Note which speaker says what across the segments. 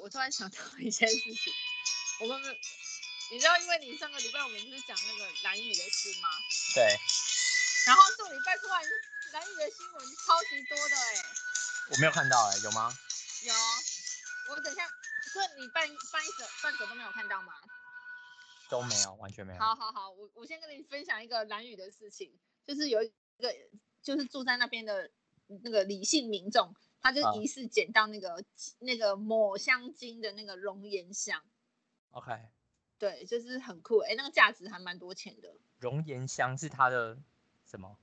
Speaker 1: 我突然想到一件事情，你知道，因为你上个礼拜我们不是讲那个兰屿的事吗？
Speaker 2: 对。
Speaker 1: 然后这个礼拜突然兰屿的新闻超级多的
Speaker 2: 我没有看到有吗？
Speaker 1: 有，我等一下，所以你半则都没有看到吗？
Speaker 2: 都没有，完全没有。
Speaker 1: 好，我先跟你分享一个兰屿的事情，就是有一个就是住在那边的那个李姓民众，他就疑似捡到那个抹香鲸的那个熔岩箱。
Speaker 2: OK。
Speaker 1: 对，就是很酷那个价值还蛮多钱的。
Speaker 2: 熔岩箱是它的什么？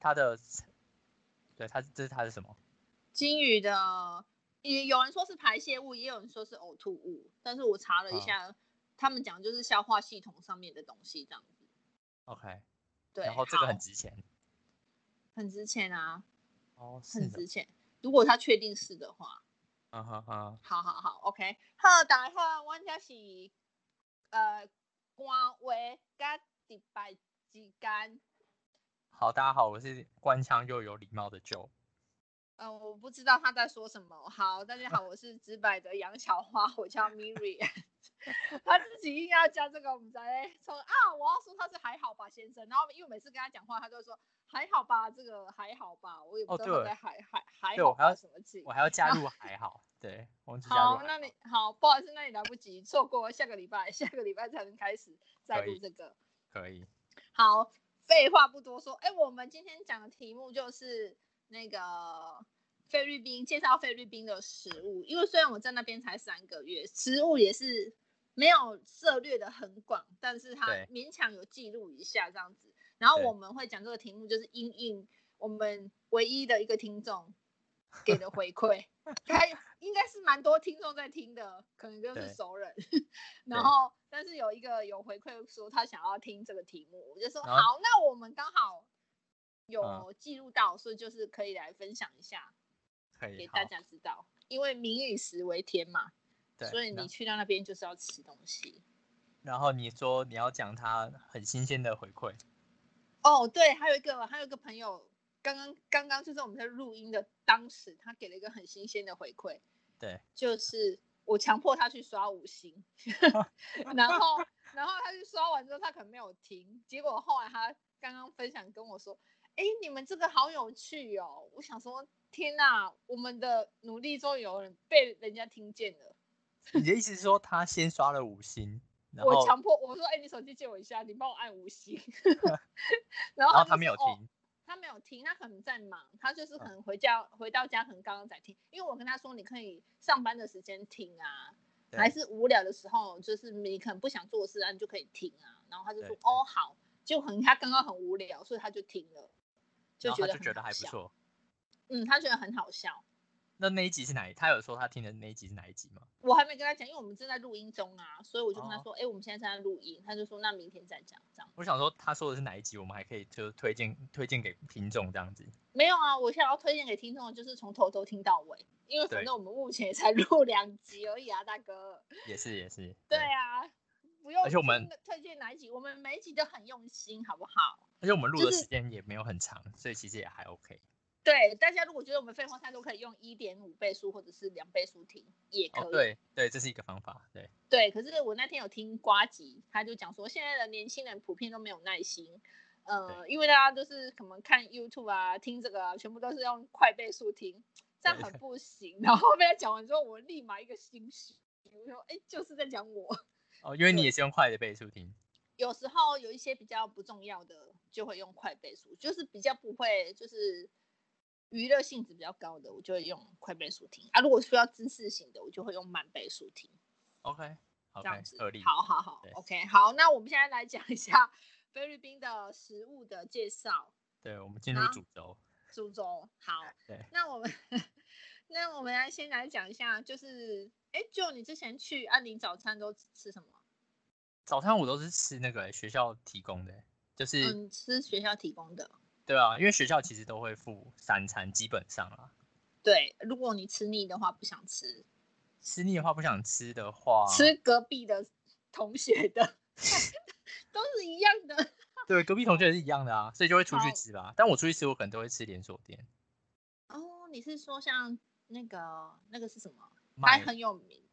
Speaker 2: 对，这是它的什么？
Speaker 1: 鲸鱼的，有人说是排泄物，也有人说是呕吐物，但是我查了一下，他们讲就是消化系统上面的东西这样子。
Speaker 2: OK。
Speaker 1: 对，
Speaker 2: 然后这个很值钱。
Speaker 1: 很值钱啊。
Speaker 2: 很
Speaker 1: 值钱。如果他确定是的话。好 ，OK。好，大家好，我这是官话甲迪拜之间。
Speaker 2: 好，大家好，我是官腔又有礼貌的 Joe。
Speaker 1: 我不知道他在说什么。好，大家好，我是直白的杨小花，我叫 Miri。他自己硬要加这个，我们在从我要说他是还好吧先生，然后因为每次跟他讲话，他就说还好吧，这个还好吧，我也不知道他在还好吧什么气。
Speaker 2: 我还要加入还好，对，
Speaker 1: 好，那你好，不好意思，那你来不及，错过下个礼拜才能开始再录这个。
Speaker 2: 可以。
Speaker 1: 好，废话不多说，我们今天讲的题目就是那个菲律宾，介绍菲律宾的食物。因为虽然我在那边才3个月，食物也是没有涉猎的很广，但是他勉强有记录一下这样子。然后我们会讲这个题目，就是因应我们唯一的一个听众给的回馈，他应该是蛮多听众在听的，可能就是熟人。然后，但是有一个有回馈说他想要听这个题目，我就说好，那我们刚好有记录到，所以就是可以来分享一下，给大家知道。因为民以食为天嘛，所以你去到那边就是要吃东西。
Speaker 2: 然后你说你要讲他很新鲜的回馈。
Speaker 1: 对，还有一个朋友，刚刚就是我们在录音的当时，他给了一个很新鲜的回馈。
Speaker 2: 对，
Speaker 1: 就是我强迫他去刷5星，然后他去刷完之后，他可能没有听，结果后来他刚刚分享跟我说，你们这个好有趣哦！我想说，天哪，我们的努力终于有人被人家听见了。
Speaker 2: 你的意思是说他先刷了5星，
Speaker 1: 我强迫我说，你手机借我一下，你帮我按5星。然后
Speaker 2: 他没有听。
Speaker 1: 他没有听，他可能在忙，他就是可能回到家，可能刚刚在听。因为我跟他说，你可以上班的时间听啊，还是无聊的时候，就是你可能不想做事啊，你就可以听啊。然后他就说，好，就可能他刚刚很无聊，所以他就听了，就觉得
Speaker 2: 还不错。
Speaker 1: 他觉得很好笑。
Speaker 2: 那一集是哪一集？他有说他听的那一集是哪一集吗？
Speaker 1: 我还没跟他讲，因为我们正在录音中啊，所以我就跟他说，我们现在正在录音。他就说，那明天再讲这样。
Speaker 2: 我想说，他说的是哪一集，我们还可以就推荐给听众这样子。
Speaker 1: 没有啊，我想要推荐给听众的就是从头听到尾，因为反正我们目前也才录2集而已啊，大哥。
Speaker 2: 也是。
Speaker 1: 对啊，不用。
Speaker 2: 而且我们
Speaker 1: 推荐哪一集，我们每一集都很用心，好不好？
Speaker 2: 而且我们录的时间也没有很长，所以其实也还 OK。
Speaker 1: 对，大家如果觉得我们废话太多，可以用1.5倍速或者是2倍速听，也可以。
Speaker 2: 对，这是一个方法。
Speaker 1: 对，可是我那天有听呱吉，他就讲说，现在的年轻人普遍都没有耐心，因为大家都是可能看 YouTube 啊，听这个啊，全部都是用快倍速听，这样很不行。然后被他讲完之后，我立马一个心虚，我说，就是在讲我。
Speaker 2: 因为你也是用快的倍速听。
Speaker 1: 有时候有一些比较不重要的，就会用快倍速，就是比较不会，就是娱乐性质比较高的，我就会用快倍速听啊。如果需要知识型的，我就会用慢倍速听。
Speaker 2: OK，
Speaker 1: 这样子
Speaker 2: 合理。
Speaker 1: 好 ，OK， 好，那我们现在来讲一下菲律宾的食物的介绍。
Speaker 2: 对，我们进入主轴。
Speaker 1: 好，那我们先来讲一下，就是就你之前去安宁早餐都吃什么？
Speaker 2: 早餐我都是吃那个学校提供的，就是
Speaker 1: 吃学校提供的。
Speaker 2: 对啊，因为学校其实都会附3餐，基本上啦。
Speaker 1: 对，如果你吃腻的话，不想吃。
Speaker 2: 吃腻的话，不想吃的话，
Speaker 1: 吃隔壁的同学的，都是一样的。
Speaker 2: 对，隔壁同学也是一样的啊，所以就会出去吃吧。但我出去吃，我可能都会吃连锁店。
Speaker 1: 你是说像那个是什么？还很有名。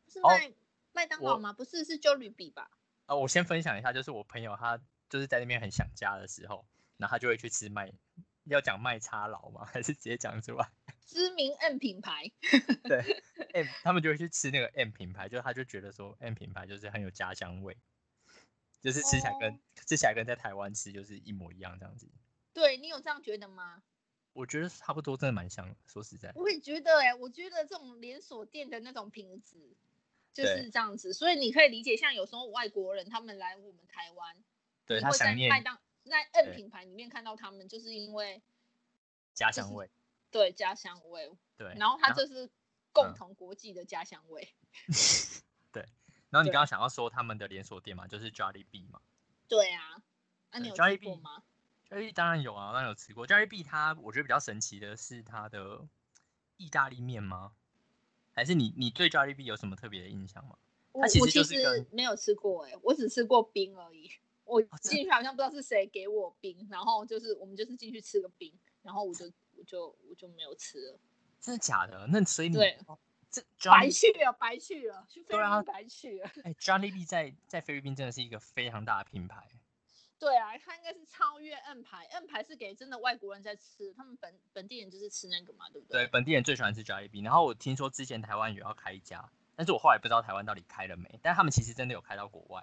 Speaker 1: 是麦当劳吗？不是，是 Jollibee 吧？
Speaker 2: 我先分享一下，就是我朋友他就是在那边很想家的时候，然后他就会去吃要讲麦叉劳吗？还是直接讲出来？
Speaker 1: 知名 M 品牌。
Speaker 2: 对他们就会去吃那个 M 品牌，就他就觉得说 M 品牌就是很有家乡味，就是吃起来跟在台湾吃就是一模一样这样子。
Speaker 1: 对，你有这样觉得吗？
Speaker 2: 我觉得差不多，真的蛮像的。说实在，
Speaker 1: 我也觉得我觉得这种连锁店的那种品质就是这样子，所以你可以理解，像有时候外国人他们来我们台湾，
Speaker 2: 对
Speaker 1: 你会在在 N 品牌里面看到他们，就是因为
Speaker 2: 家乡味，
Speaker 1: 对家乡味，
Speaker 2: 对，
Speaker 1: 然后它就是共同国际的家乡味，
Speaker 2: 对。然后你刚刚想要说他们的连锁店嘛，就是 Jollibee 嘛，
Speaker 1: 对啊，那你有吃过吗
Speaker 2: ？Jollibee 当然有啊，当然有吃过。Jollibee 它我觉得比较神奇的是它的意大利面吗？还是你对 Jollibee 有什么特别的印象吗？它其
Speaker 1: 我
Speaker 2: 实就是
Speaker 1: 没有吃过我只吃过冰而已。我进去好像不知道是谁给我冰，然后就是我们就是进去吃个冰，然后我就没有吃了。
Speaker 2: 真的假的？那所以你
Speaker 1: 对
Speaker 2: 这
Speaker 1: 白去了，去菲律宾白去了。
Speaker 2: Jollibee 在菲律宾真的是一个非常大的品牌。
Speaker 1: 对啊，它应该是超越 N 牌，N 牌是给真的外国人在吃，他们本地人就是吃那个嘛，对不对？
Speaker 2: 对，本地人最喜欢吃 Jollibee。然后我听说之前台湾有要开一家，但是我后来不知道台湾到底开了没。但他们其实真的有开到国外。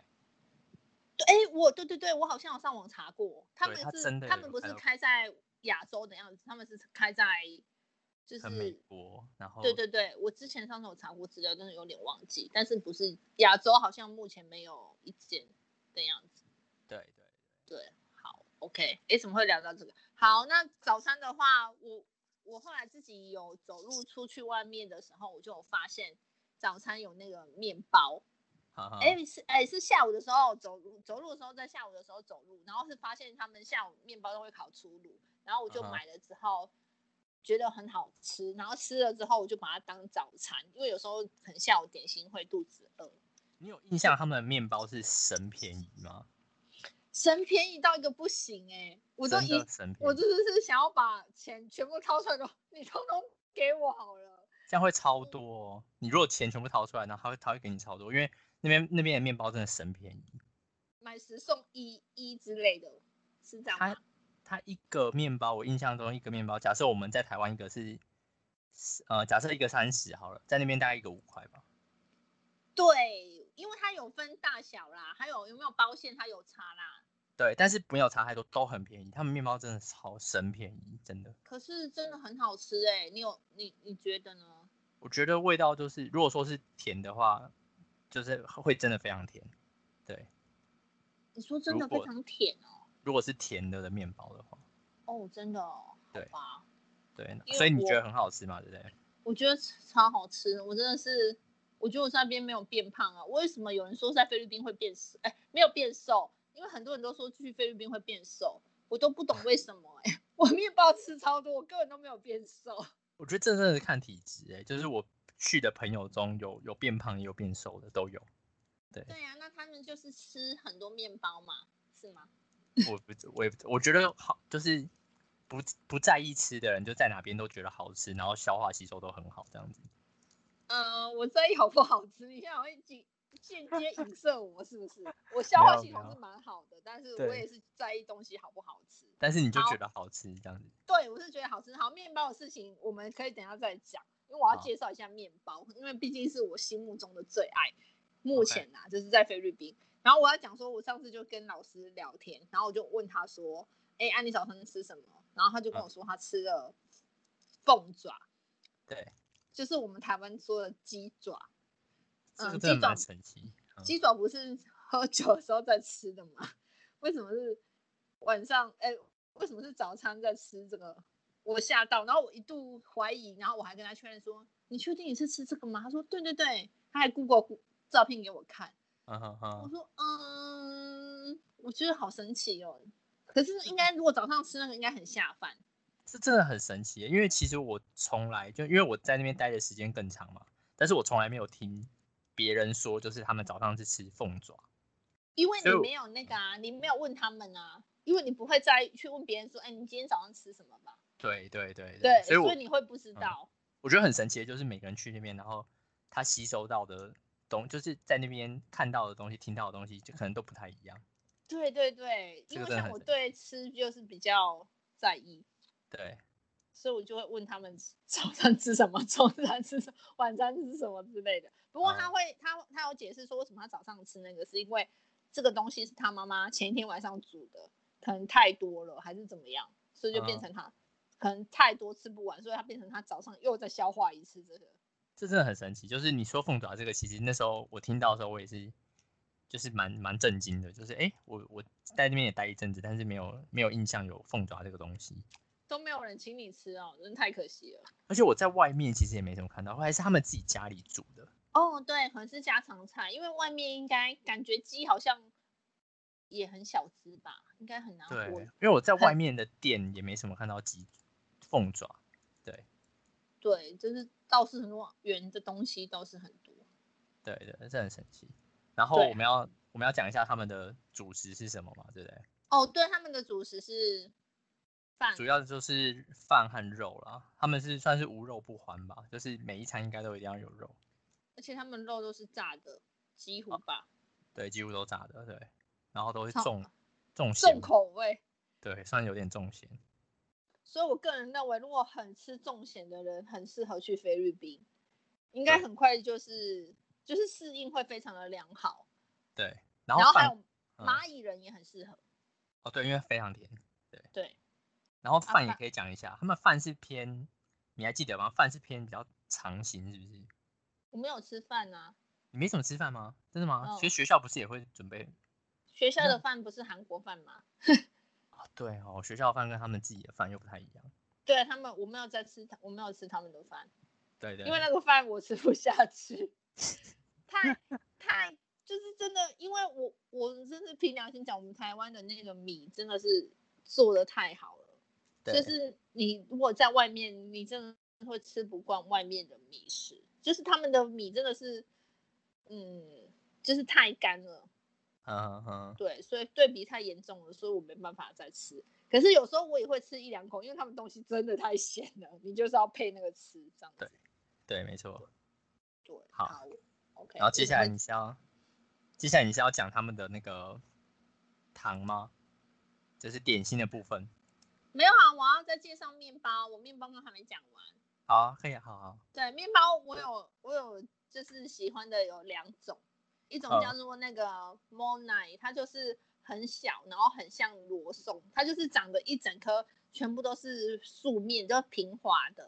Speaker 1: 对，我好像有上网查过，他们不是开在亚洲的样子，他们是开在就是
Speaker 2: 美国，然后
Speaker 1: 对，我之前上次有查过资料，真的有点忘记，但是不是亚洲好像目前没有一间的样子。对，好 ，OK， 怎么会聊到这个？好，那早餐的话，我后来自己有走路出去外面的时候，我就有发现早餐有那个面包。是下午的时候走路的时候，在下午的时候走路，然后是发现他们下午面包都会烤出炉，然后我就买了之后觉得很好吃，然后吃了之后我就把它当早餐，因为有时候很下午点心会肚子饿。
Speaker 2: 你有印象他们的面包是神便宜吗？
Speaker 1: 神便宜到一个不行我就是想要把钱全部掏出来，你通通给我好了，
Speaker 2: 这样会超多哦。你如果钱全部掏出来，然后他会给你超多，因为那边的面包真的神便宜，
Speaker 1: 买10送1之类的，是这样吗？
Speaker 2: 它一个面包，我印象中一个面包，假设我们在台湾一个是假设一个30好了，在那边大概一个5块吧。
Speaker 1: 对，因为它有分大小啦，还有没有包馅，它有差啦。
Speaker 2: 对，但是没有差太多，都很便宜。他们面包真的超神便宜，真的。
Speaker 1: 可是真的很好吃你觉得呢？
Speaker 2: 我觉得味道就是，如果说是甜的话，就是会真的非常甜。对，
Speaker 1: 你说真的非常甜哦。
Speaker 2: 如果是甜的面包的话，
Speaker 1: 真的哦，好吧。
Speaker 2: 对，所以你觉得很好吃嘛？对不对？
Speaker 1: 我觉得超好吃，我真的是，我觉得我在那边没有变胖啊。为什么有人说在菲律宾会变瘦？没有变瘦，因为很多人都说去菲律宾会变瘦，我都不懂为什么我面包吃超多，我根本都没有变瘦。
Speaker 2: 我觉得这真的是看体质就是我去的朋友中有变胖也有变瘦的都有。对
Speaker 1: 啊，那他们就是吃很多面包嘛，是吗？
Speaker 2: 我觉得好，就是不在意吃的人，就在哪边都觉得好吃，然后消化吸收都很好这样子。
Speaker 1: 我在意好不好吃，你现在会间接影射我是不是？我消化系统是蛮好的，但是我也是在意东西好不好吃。
Speaker 2: 但是你就觉得好吃这样子？
Speaker 1: 对，我是觉得好吃。好，面包的事情我们可以等一下再讲，因为我要介绍一下面包，因为毕竟是我心目中的最爱。目前就是在菲律宾。然后我要讲说，我上次就跟老师聊天，然后我就问他说：“你早餐吃什么？”然后他就跟我说他吃了凤爪，
Speaker 2: 对，
Speaker 1: 就是我们台湾说的鸡爪。
Speaker 2: 这个真的蛮神奇。
Speaker 1: 鸡爪不是喝酒的时候在吃的吗？为什么是晚上？为什么是早餐在吃这个？我吓到，然后我一度怀疑，然后我还跟他确认说：“你确定你是吃这个吗？”他说：“对，他还 Google 照片给我看。”我说：“我觉得好神奇哦。可是应该如果早上吃那个应该很下饭。”
Speaker 2: 是真的很神奇，因为其实我从来因为我在那边待的时间更长嘛，但是我从来没有听别人说就是他们早上是吃凤爪。
Speaker 1: 因为你没有那个你没有问他们啊，因为你不会再去问别人说，你今天早上吃什么吧？
Speaker 2: 对，
Speaker 1: 所以你会不知道。
Speaker 2: 我觉得很神奇的就是每个人去那边，然后他吸收到的就是在那边看到的东西、听到的东西，就可能都不太一样。
Speaker 1: 对对对，因为像我对吃就是比较在意，
Speaker 2: 对，
Speaker 1: 所以我就会问他们早餐吃什么，中餐吃什么，晚餐吃什么之类的。不过他有解释说，为什么他早上吃那个，是因为这个东西是他妈妈前一天晚上煮的，可能太多了还是怎么样，所以就变成他可能太多吃不完，所以他变成他早上又再消化一次这个。
Speaker 2: 这真的很神奇。就是你说凤爪这个，其实那时候我听到的时候，我也是就是蛮震惊的。就是我在那边也待一阵子，但是没有印象有凤爪这个东西。
Speaker 1: 都没有人请你吃哦，真的太可惜了。
Speaker 2: 而且我在外面其实也没怎么看到，后来是他们自己家里煮的。
Speaker 1: 哦，对，可能是家常菜，因为外面应该感觉鸡好像也很小只吧，应该很难
Speaker 2: 对，
Speaker 1: 活。
Speaker 2: 因为我在外面的店也没什么看到凤爪。对，
Speaker 1: 对，就是倒是很多圆的东西倒是很多。
Speaker 2: 对对，这很神奇。然后
Speaker 1: 对
Speaker 2: 我们要讲一下他们的主食是什么嘛，对不对？
Speaker 1: 哦，对，他们的主食是饭，
Speaker 2: 主要就是饭和肉啦，他们是算是无肉不欢吧，就是每一餐应该都一定要有肉。
Speaker 1: 而且他们肉都是炸的，几乎吧，
Speaker 2: 对，几乎都炸的，对，然后都是
Speaker 1: 超
Speaker 2: 重
Speaker 1: 重
Speaker 2: 咸，
Speaker 1: 口味。
Speaker 2: 对，算有点重咸。
Speaker 1: 所以我个人认为，如果很吃重咸的人，很适合去菲律宾，应该
Speaker 2: 对
Speaker 1: 很快就是适应会非常的良好。
Speaker 2: 对，然后饭，
Speaker 1: 然后还有蚂蚁人也很适合。
Speaker 2: 哦对，因为非常甜，对。
Speaker 1: 对，
Speaker 2: 然后饭也可以讲一下，他们饭是偏，你还记得吗？饭是偏比较长型，是不是？
Speaker 1: 我没有吃饭啊。
Speaker 2: 你没怎么吃饭吗？真的吗？
Speaker 1: 嗯，
Speaker 2: 学校不是也会准备？
Speaker 1: 学校的饭不是韩国饭吗？
Speaker 2: 对哦，学校饭跟他们自己的饭又不太一样。
Speaker 1: 对他们，我没有吃他们的饭，
Speaker 2: 对对，
Speaker 1: 因为那个饭我吃不下去，太就是真的，因为我真是凭良心讲，我们台湾的那个米真的是做的太好了，就是你如果在外面，你真的会吃不惯外面的米食，就是他们的米真的是，就是太干了。对，所以对比太严重了，所以我没办法再吃。可是有时候我也会吃一两口，因为他们东西真的太咸了，你就是要配那个吃这样子。
Speaker 2: 对，没错。
Speaker 1: 对，
Speaker 2: 好
Speaker 1: ，OK。
Speaker 2: 然后接下来你是要讲他们的那个糖吗？就是点心的部分。
Speaker 1: 没有啊，我要再介绍面包，我面包刚还没讲完。
Speaker 2: 好啊，可以啊，好。
Speaker 1: 对，面包我有就是喜欢的有两种，一种叫做那个 Monai，它就是很小，然后很像罗宋，它就是长得一整颗全部都是素面，就平滑的。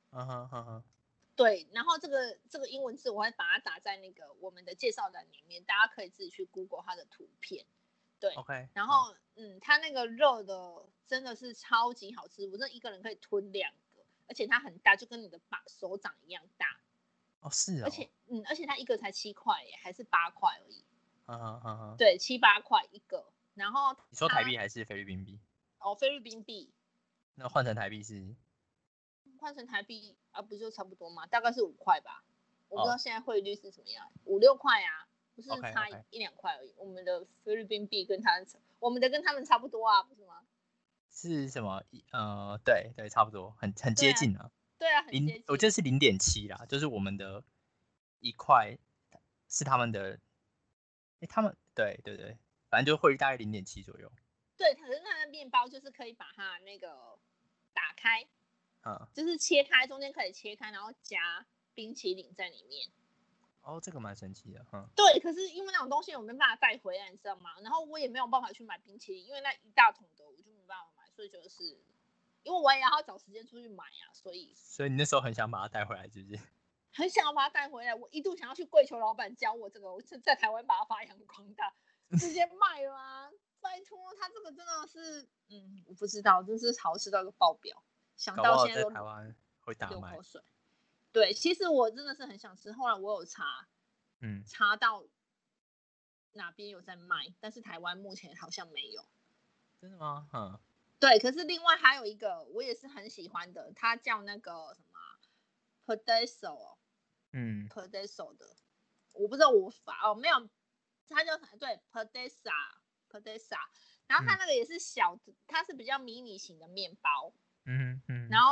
Speaker 1: 对，然后这个英文字我会把它打在那个我们的介绍栏里面，大家可以自己去 Google 它的图片。对
Speaker 2: ，OK。
Speaker 1: 然后它那个肉的真的是超级好吃，我这一个人可以吞2个，而且它很大，就跟你的手掌一样大。
Speaker 2: 哦，是哦。
Speaker 1: 而且它一个才7块耶，还是8块而已。
Speaker 2: 对
Speaker 1: ，7、8块一个。然后
Speaker 2: 你说台币还是菲律宾币？
Speaker 1: 哦，菲律宾币。
Speaker 2: 那换成台币是？
Speaker 1: 换成台币啊，不就差不多吗？大概是5块吧。我不知道现在汇率是怎么样，5、6块啊，不是差1、2块而已。我们的菲律宾币跟他们差不多啊，不是吗？
Speaker 2: 是什么？对对，差不多，很接近啊。
Speaker 1: 对啊，很接近。
Speaker 2: 我记得是0.7啦，就是我们的1块是他们的，他们对，反正就汇率大概0.7左右。
Speaker 1: 对，可是它的面包就是可以把它那个打开，就是切开，中间可以切开，然后夹冰淇淋在里面。
Speaker 2: 哦，这个蛮神奇的，
Speaker 1: 对，可是因为那种东西我没办法带回来，你知道吗？然后我也没有办法去买冰淇淋，因为那一大桶的我就没办法买，所以就是因为我也要找时间出去买啊，所以
Speaker 2: 你那时候很想把它带回来，是不是？
Speaker 1: 很想要把它带回来。我一度想要去跪求老板教我这个，我在台湾把它发扬光大，直接卖了啊！拜托，他这个真的是，我不知道，真是好吃到一个爆表，想到现在都
Speaker 2: 在台湾会大卖。
Speaker 1: 流口水。对，其实我真的是很想吃，后来我有查到哪边有在卖，但是台湾目前好像没有。
Speaker 2: 真的吗？
Speaker 1: 对，可是另外还有一个我也是很喜欢的，它叫那个什么 Pedeso，Pedeso 的，我不知道我没有，它叫对 Pedesa，然后它那个也是小的，它是比较迷你型的面包，然后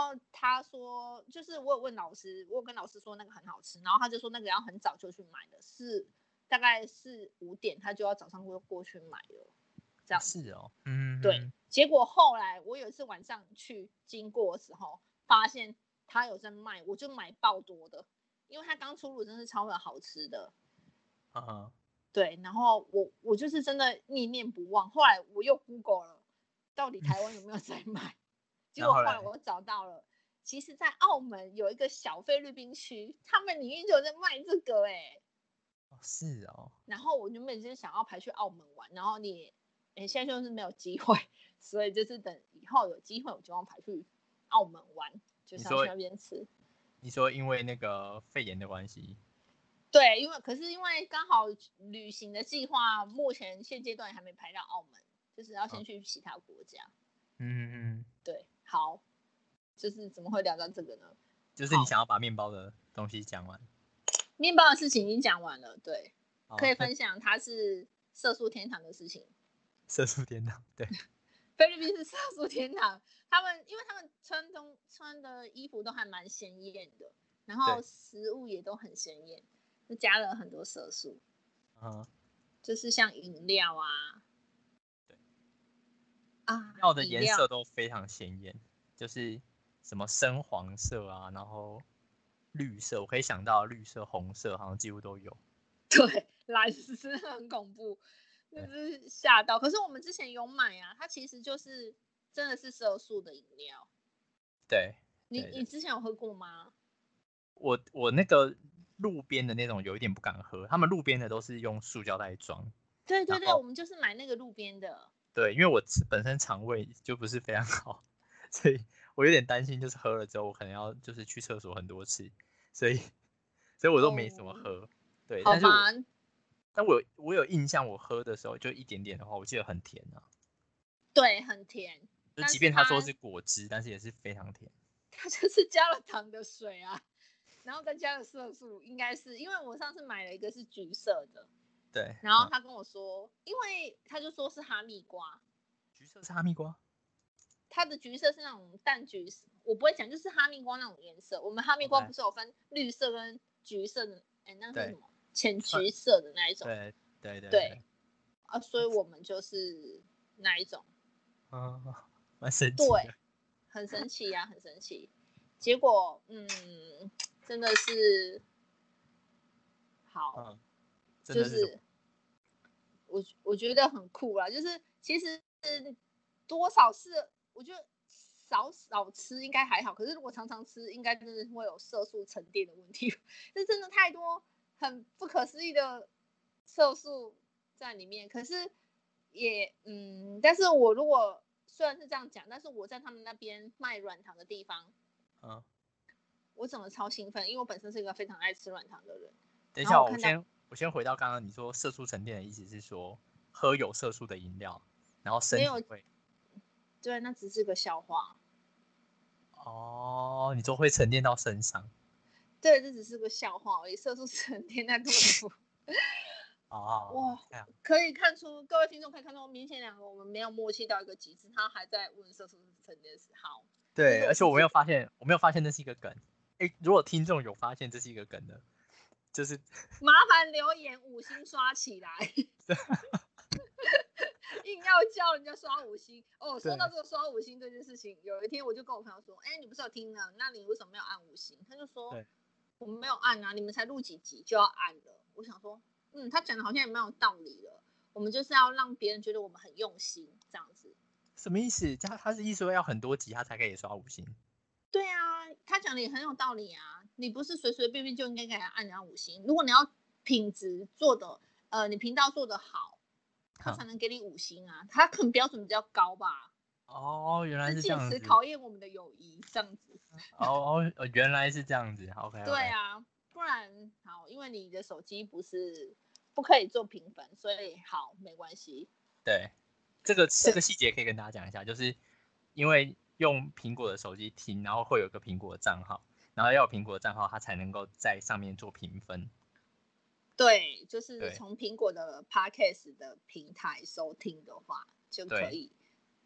Speaker 1: 他说，就是我有问老师，我有跟老师说那个很好吃，然后他就说那个要很早就去买的，大概是5点，他就要早上过去买了，这样
Speaker 2: 是哦，
Speaker 1: 对。结果后来我有一次晚上去经过的时候，发现他有在卖，我就买爆多的，因为他刚出炉真是超好吃的。对，然后我就是真的念念不忘，后来我又 Google 了，到底台湾有没有在卖？结果后来我找到了，其实在澳门有一个小菲律宾区，他们里面就有在卖这个
Speaker 2: 是哦。
Speaker 1: 然后我原本就是想要排去澳门玩，然后现在就是没有机会，所以就是等以后有机会，我就要排去澳门玩，就是要去那边吃。
Speaker 2: 你说因为那个肺炎的关系？
Speaker 1: 对，可是因为刚好旅行的计划目前现阶段也还没排到澳门，就是要先去其他国家。对，好，就是怎么会聊到这个呢？
Speaker 2: 就是你想要把面包的东西讲完。
Speaker 1: 面包的事情已经讲完了，对，可以分享它是色素天堂的事情。
Speaker 2: 色素天堂，对。
Speaker 1: 菲律宾是色素天堂，因为他们穿的衣服都还蛮鲜艳的，然后食物也都很鲜艳，就加了很多色素。就是像饮料啊，
Speaker 2: 对
Speaker 1: 啊，
Speaker 2: 饮料的颜色都非常鲜艳，就是什么深黄色啊，然后绿色，我可以想到绿色、红色，好像几乎都有。
Speaker 1: 对，蓝色真的很恐怖，就是吓到。可是我们之前有买啊，它其实就是真的是色素的饮料。
Speaker 2: 对，
Speaker 1: 你之前有喝过吗？
Speaker 2: 我那个路边的那种有一点不敢喝，他们路边的都是用塑胶袋装。
Speaker 1: 对对对，我们就是买那个路边的。
Speaker 2: 对，因为我本身肠胃就不是非常好，所以我有点担心，就是喝了之后我可能要就是去厕所很多次，所以我都没怎么喝。对，
Speaker 1: 好吧。
Speaker 2: 但我有印象，我喝的时候就一点点的话，我记得很甜啊。
Speaker 1: 对，很甜。
Speaker 2: 就即便他说是果汁，但是也是非常甜。
Speaker 1: 它就是加了糖的水啊，然后再加了色素，应该是因为我上次买了一个是橘色的。
Speaker 2: 对。
Speaker 1: 然后他跟我说，因为他就说是哈密瓜。
Speaker 2: 橘色是哈密瓜？
Speaker 1: 它的橘色是那种淡橘色，我不会讲，就是哈密瓜那种颜色。我们哈密瓜不是有分绿色跟橘色的，那是什么？浅橘色的那一种。对啊，所以我们就是那一种。
Speaker 2: 蛮神奇的。
Speaker 1: 对，很神奇啊，很神奇。结果真的是好，就是我觉得很酷啦。就是其实多少是我觉得少吃应该还好，可是如果常常吃，应该真的会有色素沉淀的问题。这真的太多很不可思议的色素在里面。可是也但是我如果虽然是这样讲，但是我在他们那边卖软糖的地方，我整个超兴奋，因为我本身是一个非常爱吃软糖的人。
Speaker 2: 等一下，我先回到刚刚你说色素沉淀的意思是说喝有色素的饮料，然后身体会。
Speaker 1: 对，那只是个笑话。
Speaker 2: 你说会沉淀到身上？
Speaker 1: 对，这只是个笑话而已，色素沉淀在肚子。哇，可以看出各位听众可以看出，明显两个我们没有默契到一个极致，他还在问色素沉淀时。好，
Speaker 2: 对，而且我没有发现那是一个梗。如果听众有发现这是一个梗的，就是
Speaker 1: 麻烦留言5星刷起来。硬要叫人家刷5星哦。说到这个刷5星这件事情，有一天我就跟我朋友说：“你不是有听呢？那你为什么没有按5星？”他就说：“我们没有按啊，你们才录几集就要按了。”我想说，他讲的好像也蛮有道理的。我们就是要让别人觉得我们很用心，这样子。
Speaker 2: 什么意思？他是意思说要很多集他才可以刷5星？
Speaker 1: 对啊，他讲的也很有道理啊。你不是随随便便就应该给他按人家5星。如果你要品质做的，你频道做的好，他才能给你5星啊。他可能标准比较高吧。
Speaker 2: 原来是这样子。
Speaker 1: 借此考验我们的友谊，这样子。
Speaker 2: 原来是这样子。OK。
Speaker 1: 对啊，不然好，因为你的手机不可以做评分，所以好没关系。
Speaker 2: 对，这个细节可以跟大家讲一下，就是因为用苹果的手机听，然后会有个苹果的账号，然后要有苹果的账号，它才能够在上面做评分。
Speaker 1: 对，就是从苹果的 Podcast 的平台收听的话，就可以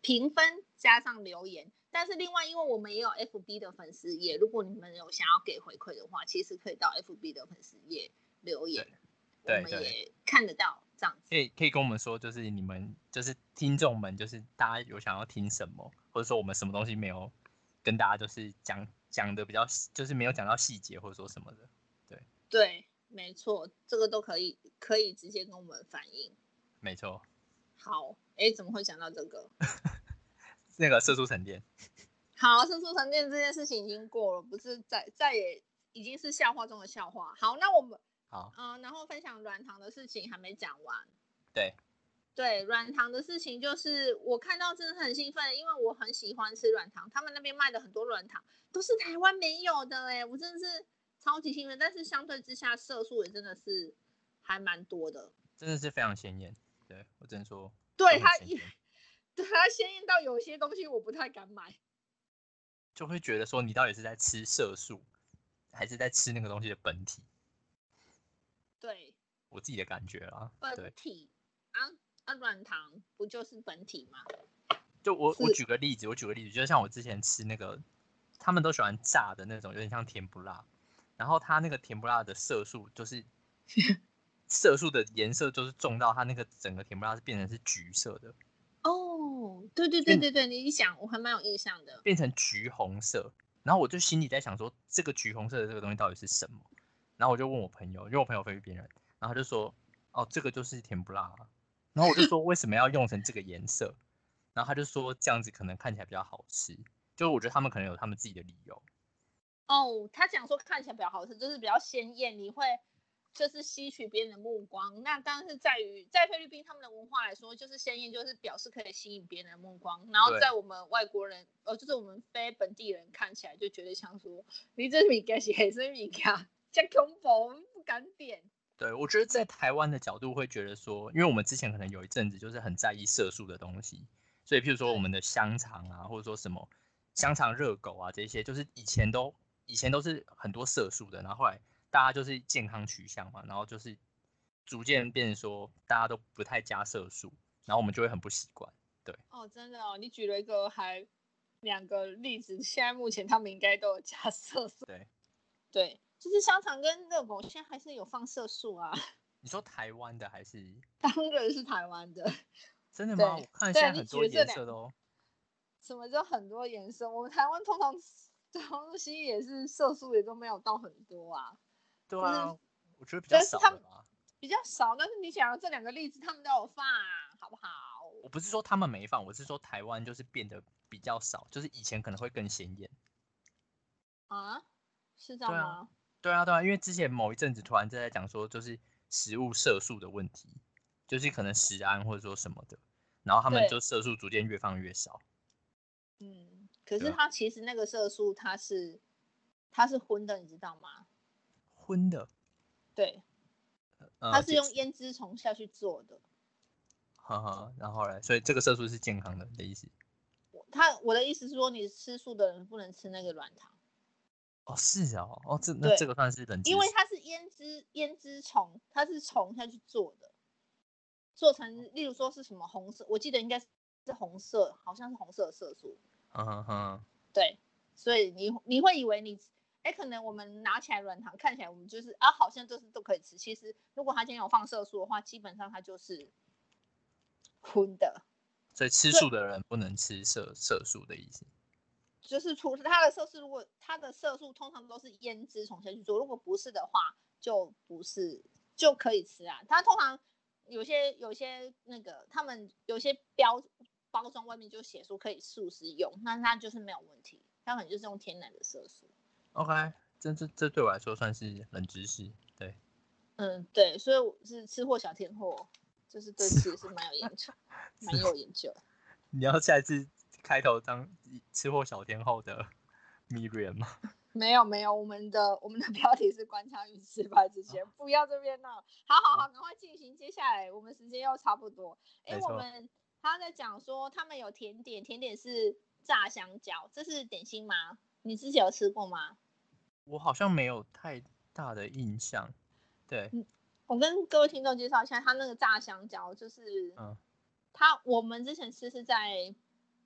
Speaker 1: 评分加上留言。但是另外，因为我们也有 FB 的粉丝页，如果你们有想要给回馈的话，其实可以到 FB 的粉丝页留言，我们也看得到这样子。
Speaker 2: 可以跟我们说，就是你们就是听众们，就是大家有想要听什么，或者说我们什么东西没有跟大家就是讲的比较，就是没有讲到细节或者说什么的，
Speaker 1: 对，没错，这个都可以直接跟我们反映。
Speaker 2: 没错。
Speaker 1: 好，怎么会讲到这个？
Speaker 2: 那个色素沉淀。
Speaker 1: 好，色素沉淀这件事情已经过了，不是再也已经是笑话中的笑话。好，那我们
Speaker 2: 好，
Speaker 1: 然后分享软糖的事情还没讲完。
Speaker 2: 对，
Speaker 1: 软糖的事情就是我看到真的很兴奋，因为我很喜欢吃软糖，他们那边卖的很多软糖都是台湾没有的我真的是超级兴奋。但是相对之下，色素也真的是还蛮多的，
Speaker 2: 真的是非常鲜艳。对，我只能说，
Speaker 1: 对它鲜艳到有些东西我不太敢买，
Speaker 2: 就会觉得说你到底是在吃色素，还是在吃那个东西的本体？
Speaker 1: 对，
Speaker 2: 我自己的感觉啦。
Speaker 1: 本体软糖不就是本体吗？
Speaker 2: 就我举个例子，就是像我之前吃那个，他们都喜欢炸的那种，有点像甜不辣，然后它那个甜不辣的色素就是色素的颜色就是重到它那个整个甜不辣是变成是橘色的。
Speaker 1: 哦，对，你一想我还蛮有印象的，
Speaker 2: 变成橘红色，然后我就心里在想说，这个橘红色的这个东西到底是什么？然后我就问我朋友，因为我朋友菲律宾人，然后他就说，哦，这个就是甜不辣啊。然后我就说，为什么要用成这个颜色？然后他就说，这样子可能看起来比较好吃。就我觉得他们可能有他们自己的理由。
Speaker 1: 哦，他讲说看起来比较好吃，就是比较鲜艳，你会就是吸取别人的目光。那当然是在菲律宾他们的文化来说，就是鲜艳就是表示可以吸引别人的目光。然后在我们外国人，就是我们非本地人看起来就觉得像说，你这米该是黑色米咖，这恐怖，我们不敢点。
Speaker 2: 对，我觉得在台湾的角度会觉得说，因为我们之前可能有一阵子就是很在意色素的东西，所以譬如说我们的香肠啊，或者说什么香肠热狗啊这些，就是以前都是很多色素的，然后后来大家就是健康取向嘛，然后就是逐渐变成说大家都不太加色素，然后我们就会很不习惯。对，
Speaker 1: 哦，真的哦，你举了一个两个例子，现在目前他们应该都有加色素。对，就是香肠跟热狗现在还是有放色素啊。
Speaker 2: 你说台湾的还是？
Speaker 1: 当然是台湾的。
Speaker 2: 真的吗？我看现在很多颜色都。
Speaker 1: 什么叫很多颜色？我们台湾通常东西也是色素也都没有到很多啊。
Speaker 2: 对啊，我觉得比较少了吧。
Speaker 1: 比较少，但是你讲的这两个例子，他们都有放，好不好？
Speaker 2: 我不是说他们没放，我是说台湾就是变得比较少，就是以前可能会更显眼。
Speaker 1: 啊？是这样吗？
Speaker 2: 对啊，因为之前某一阵子突然在讲说，就是食物色素的问题，就是可能食安或者说什么的，然后他们就色素逐渐越放越少。
Speaker 1: 可是它其实那个色素它是荤的，你知道吗？
Speaker 2: 荤的。
Speaker 1: 对。它是用胭脂虫下去做的。
Speaker 2: 然后呢？所以这个色素是健康的意思。
Speaker 1: 我的意思是说，你吃素的人不能吃那个软糖。
Speaker 2: 哦，是哦，这个算是冷知识。
Speaker 1: 因为它是胭脂虫，它是虫下去做的，做成例如说是什么红色，我记得应该是红色，好像是红色的色素。对，所以你会以为可能我们拿起来软糖看起来我们就是好像就是都可以吃，其实如果它今天有放色素的话，基本上它就是荤的。
Speaker 2: 所以吃素的人不能吃色素的意思。
Speaker 1: 就是它的色素，如果它的色素通常都是胭脂虫下去做，如果不是的话，就不是就可以吃啊。它通常有些那个他们有些包装外面就写说可以素食用，那它就是没有问题，它可能就是用天然的色素。
Speaker 2: OK， 这对我来说算是冷知识，对。
Speaker 1: 对，所以我是吃货小天后，就是对吃是蛮有研究。
Speaker 2: 你要下一次开头当吃货小天后的 Miriam 吗？
Speaker 1: 没有，我们的标题是官腔与失败之前，不要这边闹。好，赶快进行，接下来我们时间又差不多。我们他在讲说他们有甜点是炸香蕉，这是点心吗？你之前有吃过吗？
Speaker 2: 我好像没有太大的印象。对，
Speaker 1: 我跟各位听众介绍一下，他那个炸香蕉就是，我们之前吃是在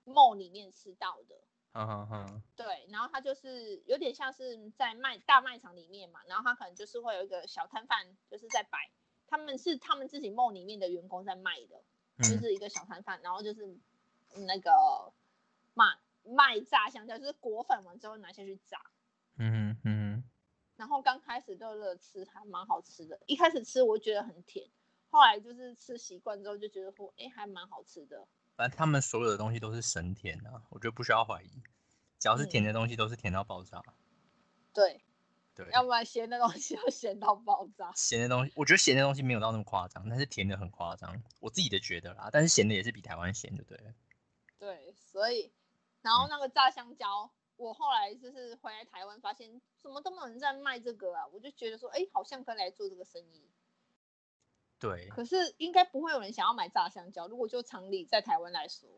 Speaker 1: mall 里面吃到的。对，然后它就是有点像是在大卖场里面嘛，然后它可能就是会有一个小摊贩，就是在摆，他们自己 mall 里面的员工在卖的，就是一个小摊贩，然后就是那个卖炸香蕉，就是裹粉完之后拿下去炸。然后刚开始热吃还蛮好吃的，一开始吃我觉得很甜，后来就是吃习惯之后就觉得说，还蛮好吃的。
Speaker 2: 反正他们所有的东西都是神甜啊，我觉得不需要怀疑，只要是甜的东西都是甜到爆炸。
Speaker 1: 对，要不然咸的东西要咸到爆炸。
Speaker 2: 咸的东西，我觉得咸的东西没有到那么夸张，但是甜的很夸张，我自己的觉得啦。但是咸的也是比台湾咸，就对了。
Speaker 1: 对，所以然后那个炸香蕉，我后来就是回来台湾发现怎么都没有人在卖这个啊，我就觉得说，好像可以来做这个生意。
Speaker 2: 对，
Speaker 1: 可是应该不会有人想要买炸香蕉，如果就常理在台湾来说，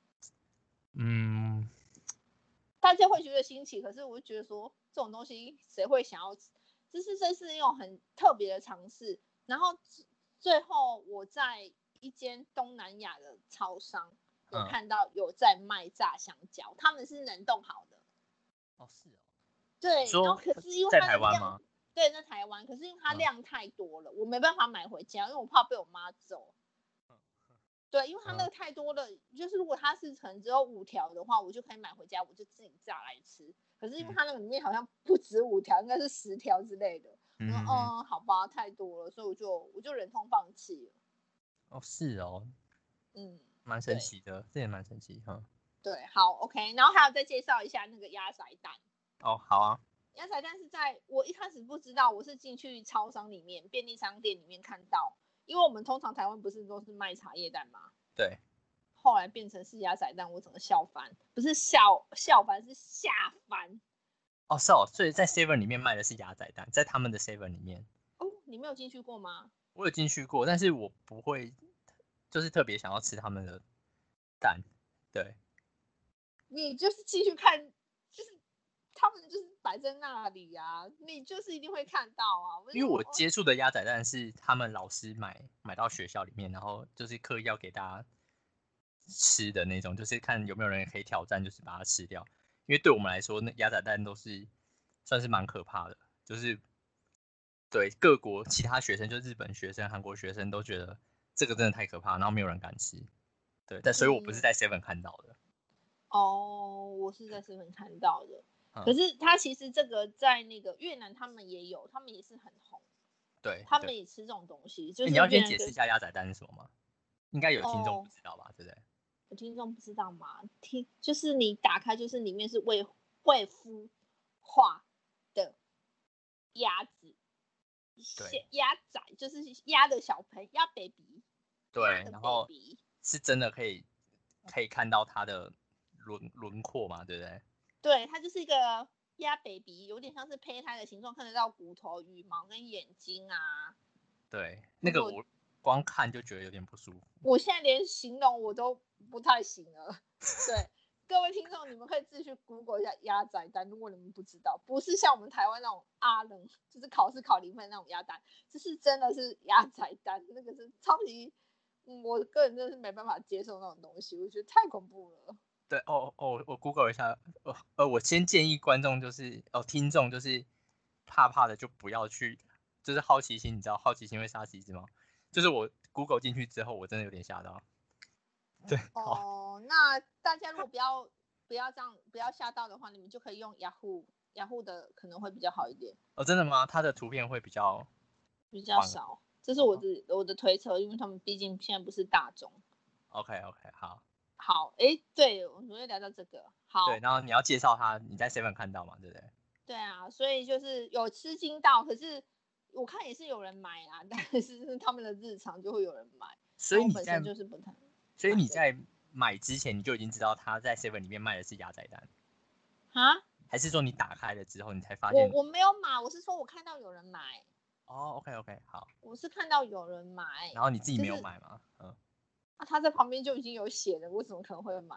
Speaker 1: 大家会觉得新奇，可是我就觉得说这种东西谁会想要吃？这是一种很特别的尝试。然后最后我在一间东南亚的超商有看到有在卖炸香蕉，他们是冷冻好的。
Speaker 2: 是哦。
Speaker 1: 对，然后可是因为它的量，对，在台湾，可是因为它量太多了，我没办法买回家，因为我怕被我妈揍。对，因为它那个太多了，就是如果它是可能只有5条的话，我就可以买回家，我就自己炸来吃。可是因为它那个里面好像不止5条，应该是10条之类的。我说好吧，太多了，所以我就忍痛放弃了。
Speaker 2: 是哦。蛮神奇的，这也蛮神奇哈。
Speaker 1: 对，好 ，OK， 然后还有再介绍一下那个鸭仔蛋。
Speaker 2: 好啊。
Speaker 1: 鸭仔蛋是在我一开始不知道，我是进去超商里面、便利商店里面看到，因为我们通常台湾不是都是卖茶叶蛋吗？
Speaker 2: 对。
Speaker 1: 后来变成是鸭仔蛋，我整个笑翻，不是笑翻，是吓翻。
Speaker 2: 是哦，所以在 Seven 里面卖的是鸭仔蛋，在他们的 Seven 里面。
Speaker 1: 你没有进去过吗？
Speaker 2: 我有进去过，但是我不会，就是特别想要吃他们的蛋。对。
Speaker 1: 你就是进去看，就是他们就是摆在那里啊，你就是一定会看到啊。
Speaker 2: 因为我接触的鸭仔蛋是他们老师买到学校里面，然后就是刻意要给大家吃的那种，就是看有没有人可以挑战，就是把它吃掉。因为对我们来说，那鸭仔蛋都是算是蛮可怕的，就是对各国其他学生，就日本学生、韩国学生都觉得这个真的太可怕，然后没有人敢吃。对，但所以我不是在 Seven 看到的。
Speaker 1: 我是在 Seven 看到的。可是他其实这个在那个越南他们也有，他们也是很红。
Speaker 2: 对，
Speaker 1: 他们也吃这种东西。就是
Speaker 2: 你要先解释一下鸭仔蛋是什么吗？应该有听众不知道吧，对不对？
Speaker 1: 有听众不知道吗？就是你打开，就是里面是未孵化的鸭子，鸭仔就是鸭的小朋友，鸭 baby。
Speaker 2: 对，然后是真的可以看到它的轮廓嘛，对不对？
Speaker 1: 对，它就是一个鸭 baby，有点像是胚胎的形状，看得到骨头、羽毛跟眼睛啊。
Speaker 2: 对，那个我光看就觉得有点不舒服。
Speaker 1: 我现在连形容我都不太行了。对，各位听众，你们可以自己去 Google 一下鸭仔蛋，如果你们不知道，不是像我们台湾那种阿冷，就是考试考0分那种鸭蛋，这是真的是鸭仔蛋，那个是超级，我个人真的是没办法接受那种东西，我觉得太恐怖了。
Speaker 2: 对，我 Google 一下，我先建议观众就是听众就是怕的就不要去，就是好奇心，你知道好奇心会杀死一只猫，就是我 Google 进去之后，我真的有点吓到。对，
Speaker 1: 那大家如果不要这样，不要吓到的话，你们就可以用Yahoo 的可能会比较好一点。
Speaker 2: 真的吗？它的图片会比较
Speaker 1: 少，这是我的推测，因为他们毕竟现在不是大众。
Speaker 2: OK，
Speaker 1: 好，对，我们会聊到这个。好，
Speaker 2: 对，然后你要介绍它，你在 Seven 看到嘛，对不对？
Speaker 1: 对啊，所以就是有吃惊到，可是我看也是有人买啦，但是他们的日常就会有人买，
Speaker 2: 所以你
Speaker 1: 本身就是不太。
Speaker 2: 所以你在买之前你就已经知道他在 Seven 里面卖的是鸭仔蛋
Speaker 1: 啊？
Speaker 2: 还是说你打开了之后你才发现？
Speaker 1: 我没有买，我是说我看到有人买。
Speaker 2: OK， 好。
Speaker 1: 我是看到有人买，
Speaker 2: 然后你自己没有买吗？
Speaker 1: 他在旁边就已经有写了，我怎么可能会买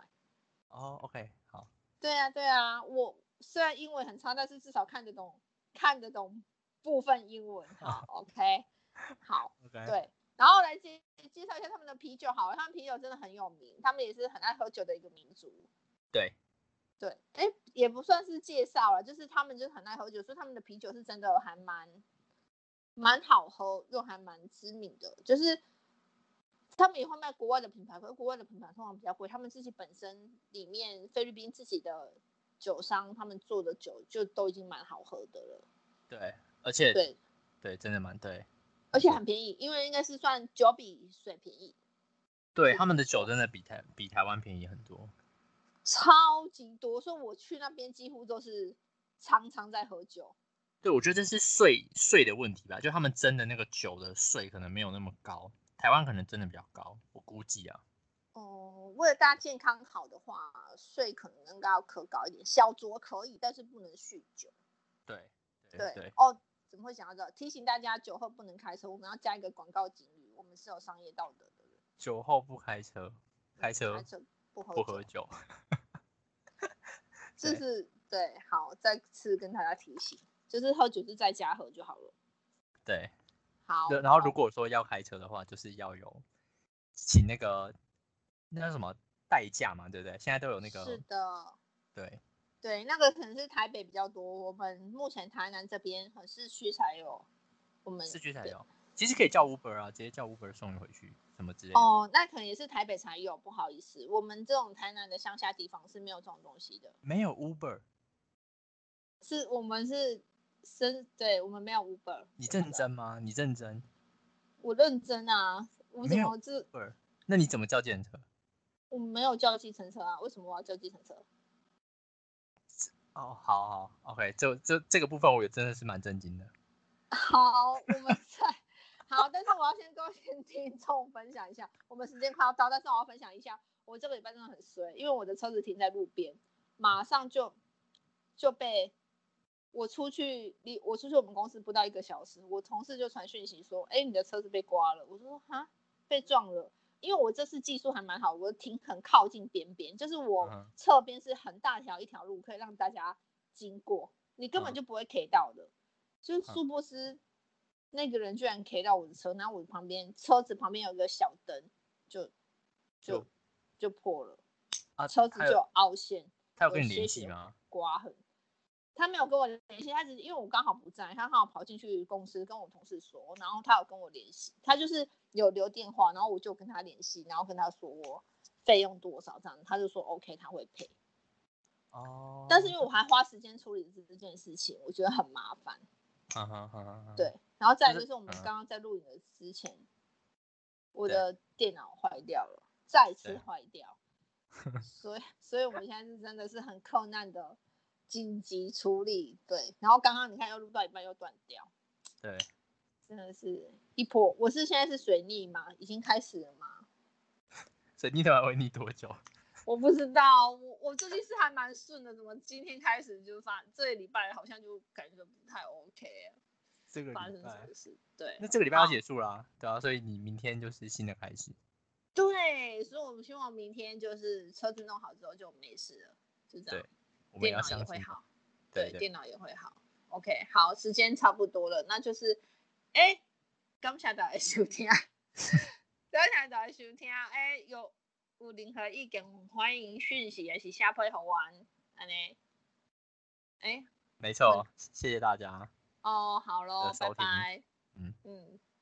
Speaker 2: ？OK， 好。
Speaker 1: 对啊，我虽然英文很差，但是至少看得懂部分英文。好，OK， 好，
Speaker 2: okay.
Speaker 1: 对， 然后来介绍一下他们的啤酒好了，他们啤酒真的很有名，他们也是很爱喝酒的一个民族。
Speaker 2: 对
Speaker 1: 对，哎，也不算是介绍了，就是他们就是很爱喝酒，所以他们的啤酒是真的还蛮好喝，又还蛮知名的。就是他们也会卖国外的品牌，可是国外的品牌通常比较贵，他们自己本身里面菲律宾自己的酒商他们做的酒就都已经蛮好喝的了。
Speaker 2: 对，而且
Speaker 1: 对
Speaker 2: 真的蛮对，
Speaker 1: 而且很便宜，因为应该是算酒比水便宜。
Speaker 2: 对，他们的酒真的比台湾便宜很多，
Speaker 1: 超级多，所以我去那边几乎都是常常在喝酒。
Speaker 2: 对，我觉得这是税的问题吧，就他们真的那个酒的税可能没有那么高，台湾可能真的比较高，我估计啊。
Speaker 1: 为了大家健康好的话，税可能应该要可高一点，小酌可以，但是不能酗酒。
Speaker 2: 对
Speaker 1: 哦，怎么会想到这？提醒大家酒后不能开车，我们要加一个广告警语，我们是有商业道德的人。
Speaker 2: 酒后不开车，开车
Speaker 1: 不喝
Speaker 2: 酒。
Speaker 1: 就是对，好，再次跟大家提醒，就是喝酒是在家喝就好了。
Speaker 2: 对，
Speaker 1: 好。
Speaker 2: 然后如果说要开车的话，就是要有请那叫什么代驾嘛，对不对？现在都有那个。
Speaker 1: 是的。
Speaker 2: 对，
Speaker 1: 那个可能是台北比较多，我们目前台南这边很市区才有。我们
Speaker 2: 市区才有，其实可以叫 Uber 啊，直接叫 Uber 送你回去什么之类的。
Speaker 1: 那可能也是台北才有，不好意思，我们这种台南的乡下地方是没有这种东西的。
Speaker 2: 没有 Uber。
Speaker 1: 我们对，我们没有 Uber。
Speaker 2: 你认真吗？你认真？
Speaker 1: 我认真啊，我怎么
Speaker 2: 这 Uber？那你怎么叫计程车？
Speaker 1: 我们没有叫计程车啊，为什么我要叫计程车？
Speaker 2: 哦，好 ，OK， 这个部分我也真的是蛮震惊的。
Speaker 1: 好，我们好，但是我要先跟听众分享一下，我们时间快要到，但是我要分享一下，我这个礼拜真的很衰，因为我的车子停在路边，马上就被我出去我们公司不到1个小时，我同事就传讯息说，你的车子被刮了。我说哈，被撞了。因为我这次技术还蛮好，我停很靠近边边，就是我侧边是很大一条路，可以让大家经过，你根本就不会 K 到的。就是殊不知那个人居然 K 到我的车，然后我车子旁边有一个小灯，就破了，车子就凹陷。
Speaker 2: 他有跟你联系吗？
Speaker 1: 刮痕。他没有跟我联系，他只是因为我刚好不在，他刚好跑进去公司跟我同事说，然后他有跟我联系，他就是有留电话，然后我就跟他联系，然后跟他说我费用多少这样，他就说 OK 他会赔。但是因为我还花时间处理这件事情，我觉得很麻烦。对，然后再来就是我们刚刚在录影的之前，我的电脑坏掉了，再次坏掉，所以我们现在是真的是很困难的紧急处理。对，然后刚刚你看又录到一半又断掉。
Speaker 2: 对，
Speaker 1: 真的是一波。我是现在是水逆吗？已经开始了吗？
Speaker 2: 水逆的话会逆多久？
Speaker 1: 我不知道，我最近是还蛮顺的，怎么今天开始就这个礼拜好像就感觉不太 OK 啊？
Speaker 2: 这个礼拜
Speaker 1: 发生什么事？对，
Speaker 2: 那这个礼拜要结束啦，对啊，所以你明天就是新的开始。
Speaker 1: 对，所以我们希望明天就是车子弄好之后就没事了，就这样。
Speaker 2: 对，电
Speaker 1: 脑也会好。对，电脑也会好。OK， 好，时间差不多了，那就是感谢大家收听，感谢大家收听，有任何意见欢迎讯息还是写批给我安尼。
Speaker 2: 没错，谢谢大家。
Speaker 1: 好咯，拜拜。